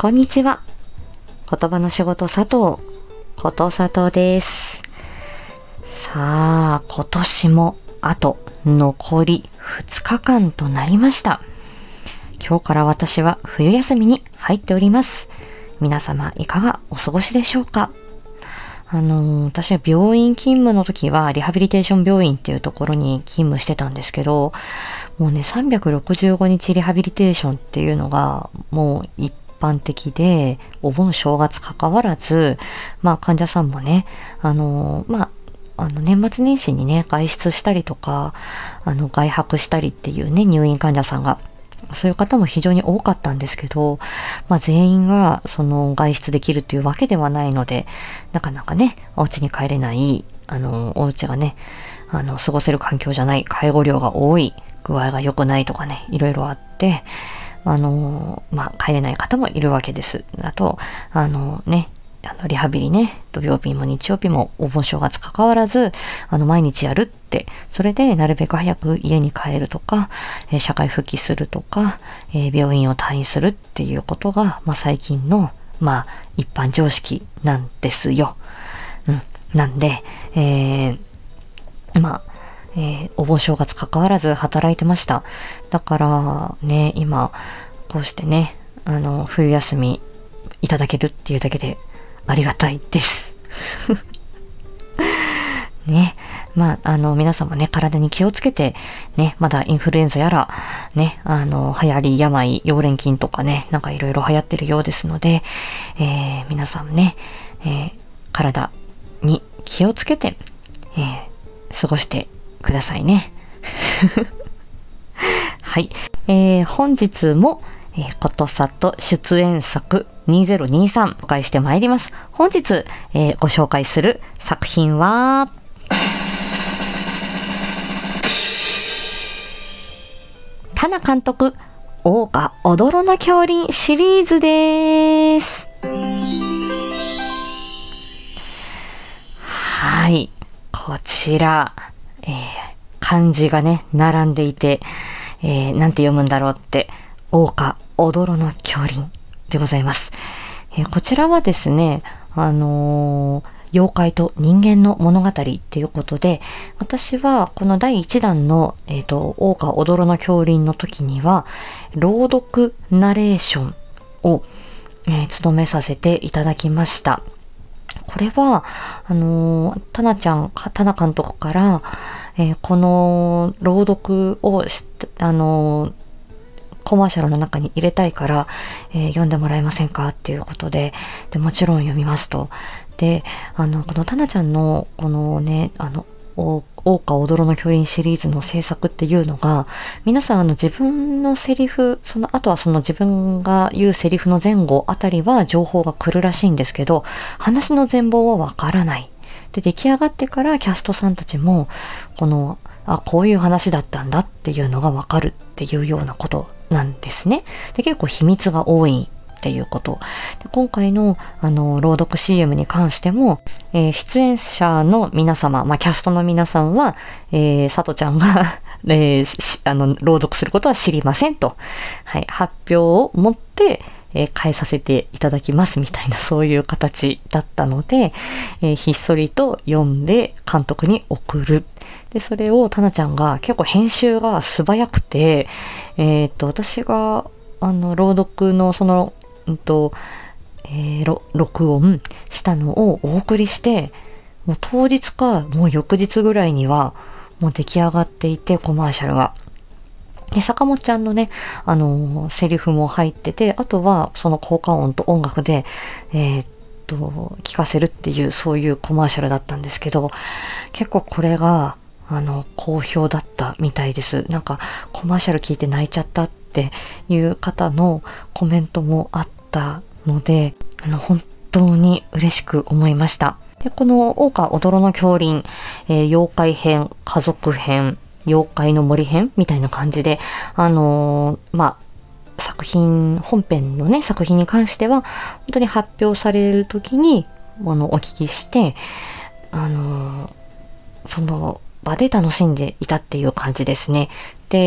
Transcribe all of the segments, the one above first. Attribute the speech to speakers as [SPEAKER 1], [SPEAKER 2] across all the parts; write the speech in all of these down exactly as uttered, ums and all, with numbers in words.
[SPEAKER 1] こんにちは。言葉の仕事佐藤ことさとです。さあ、今年もあと残りふつかかんとなりました。今日から私は冬休みに入っております。皆様いかがお過ごしでしょうか。あのー、私は病院勤務の時はリハビリテーション病院っていうところに勤務してたんですけど、もうねさんびゃくろくじゅうごにちリハビリテーションっていうのがもう一般的で、お盆正月関わらず、まあ患者さんもね、あのー、まああの年末年始にね外出したりとか、あの外泊したりっていうね入院患者さんが、そういう方も非常に多かったんですけど、まあ、全員がその外出できるというわけではないので、なかなかねお家に帰れない、あのお家がねあの過ごせる環境じゃない、介護量が多い、具合が良くないとかね、いろいろあって、あのまあ帰れない方もいるわけです。あとあのねあのリハビリね、土曜日も日曜日もお盆正月関わらずあの毎日やるって、それでなるべく早く家に帰るとか、えー、社会復帰するとか、えー、病院を退院するっていうことが、まあ、最近のまあ一般常識なんですよ。うん、なんで、えー、まあ、えー、お盆正月関わらず働いてました。だからね、今こうしてねあの冬休みいただけるっていうだけでありがたいですね。まああの皆様ね体に気をつけてね、まだインフルエンザやらね、あの流行り病、溶連菌とかね、なんかいろいろ流行ってるようですので、えー、皆さんね、えー、体に気をつけて、えー、過ごしてくださいねはい、えー、本日もえー、ことさと出演作にせんにじゅうさん紹介してまいります。本日、えー、ご紹介する作品は田名監督桜花踊ろの狂輪シリーズです。はい、こちら、えー、漢字がね並んでいて、えー、なんて読むんだろうって、桜花踊ろの狂輪でございます。えー、こちらはですね、あのー、妖怪と人間の物語っていうことで、私はこのだいいちだんの、えーと、桜花踊ろの狂輪の時には朗読ナレーションを、えー、務めさせていただきました。これはあのー、タナちゃん、タナ監督から、えー、この朗読をしあのーコマーシャルの中に入れたいから、えー、読んでもらえませんかっていうことで、でもちろん読みますと。で、あのこのタナちゃんのこのね、あの桜花踊ろの狂輪シリーズの制作っていうのが、皆さんあの自分のセリフ、その後はその自分が言うセリフの前後あたりは情報が来るらしいんですけど、話の全貌はわからない。で、出来上がってからキャストさんたちもこのあこういう話だったんだっていうのがわかるっていうようなことなんですね。で、結構秘密が多いっていうこと。で、今回のあの朗読 シーエム に関しても、えー、出演者の皆様、まあ、キャストの皆さんは、えー、さとちゃんが、えー、あの朗読することは知りませんと、はい、発表を持ってえー、変えさせていただきますみたいな、そういう形だったので、えー、ひっそりと読んで監督に送る。で、それをタナちゃんが結構編集が素早くて、えー、っと私があの朗読のその、うんとえー、録音したのをお送りして、もう当日かもう翌日ぐらいにはもう出来上がっていて、コマーシャルが。で、坂本ちゃんのね、あのー、セリフも入ってて、あとはその効果音と音楽で、えー、っと、聞かせるっていう、そういうコマーシャルだったんですけど、結構これが、あの、好評だったみたいです。なんか、コマーシャル聞いて泣いちゃったっていう方のコメントもあったので、あの、本当に嬉しく思いました。で、この桜花踊ろの狂輪、えー、妖怪編、家族編、妖怪の森編みたいな感じで、あのー、まあ、作品、本編のね、作品に関しては、本当に発表される時に、あの、お聞きして、あのー、その場で楽しんでいたっていう感じですね。で、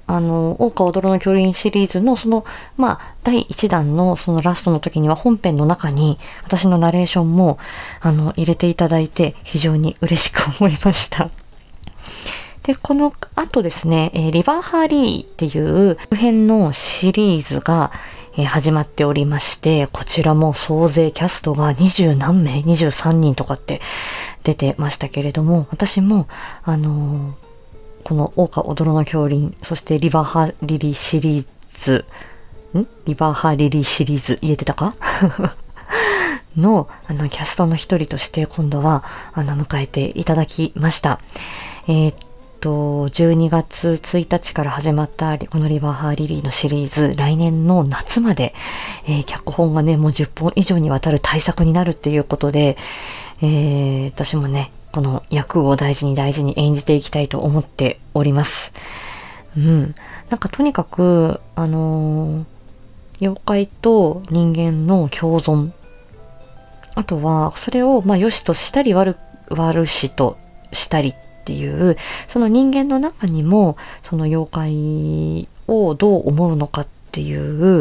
[SPEAKER 1] あの、桜花踊ろの恐竜シリーズのその、まあ、だいいちだんのそのラストの時には本編の中に私のナレーションも、あの、入れていただいて非常に嬉しく思いました。で、この後ですね、えー、リバーハーリーっていう続編のシリーズが、えー、始まっておりまして、こちらも総勢キャストが二十何名、二十三人とかって出てましたけれども、私も、あのー、この桜花踊ろの恐竜、そしてリバーハーリリーシリーズ、んリバーハーリリーシリーズ言えてたかの、あの、キャストの一人として今度は、あの、迎えていただきました。えーじゅうにがつついたちから始まったこのリバーハーリリーのシリーズ、来年の夏まで、えー、脚本がね、もうじゅっぽん以上にわたる大作になるっていうことで、えー、私もね、この役を大事に大事に演じていきたいと思っております。うん。なんかとにかく、あのー、妖怪と人間の共存。あとは、それを、まあ、良しとしたり悪、悪しとしたりっていう、その人間の中にも、その妖怪をどう思うのかっていう、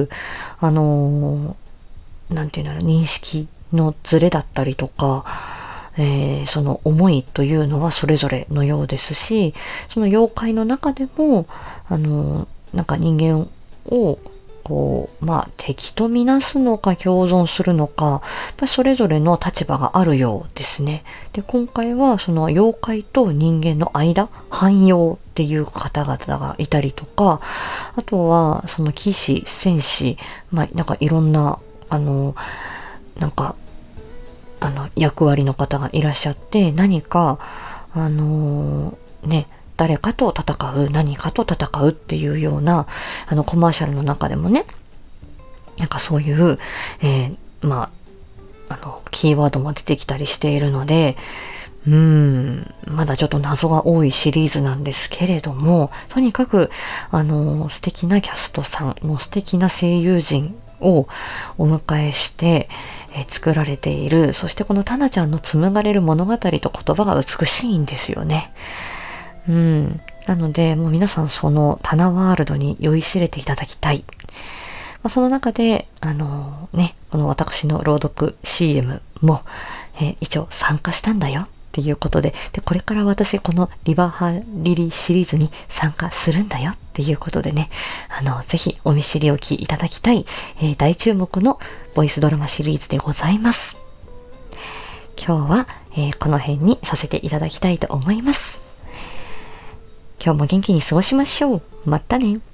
[SPEAKER 1] あのー、なんていうんだろう、認識のズレだったりとか、えー、その思いというのはそれぞれのようですし、その妖怪の中でも、あのー、なんか人間を、こう、まあ、敵とみなすのか共存するのか、やっぱりそれぞれの立場があるようですね。で、今回はその妖怪と人間の間、汎用っていう方々がいたりとか、あとはその騎士、戦士、まあ、なんかいろんな、あの、なんか、あの、役割の方がいらっしゃって、何か、あのー、ね、誰かと戦う、何かと戦うっていうような、あのコマーシャルの中でもね、なんかそういう、えー、まあ、あの、キーワードも出てきたりしているので、うーん、まだちょっと謎が多いシリーズなんですけれども、とにかく、あの、素敵なキャストさん、もう素敵な声優陣をお迎えして、えー、作られている、そしてこのタナちゃんの紡がれる物語と言葉が美しいんですよね。うん。なので、もう皆さんそのタナワールドに酔いしれていただきたい。まあ、その中で、あのー、ね、この私の朗読 シーエム も、えー、一応参加したんだよっていうことで、で、これから私このリバーハーリリーシリーズに参加するんだよっていうことでね、あの、ぜひお見知りおきいただきたい、えー、大注目のボイスドラマシリーズでございます。今日は、えー、この辺にさせていただきたいと思います。今日も元気に過ごしましょう。またね。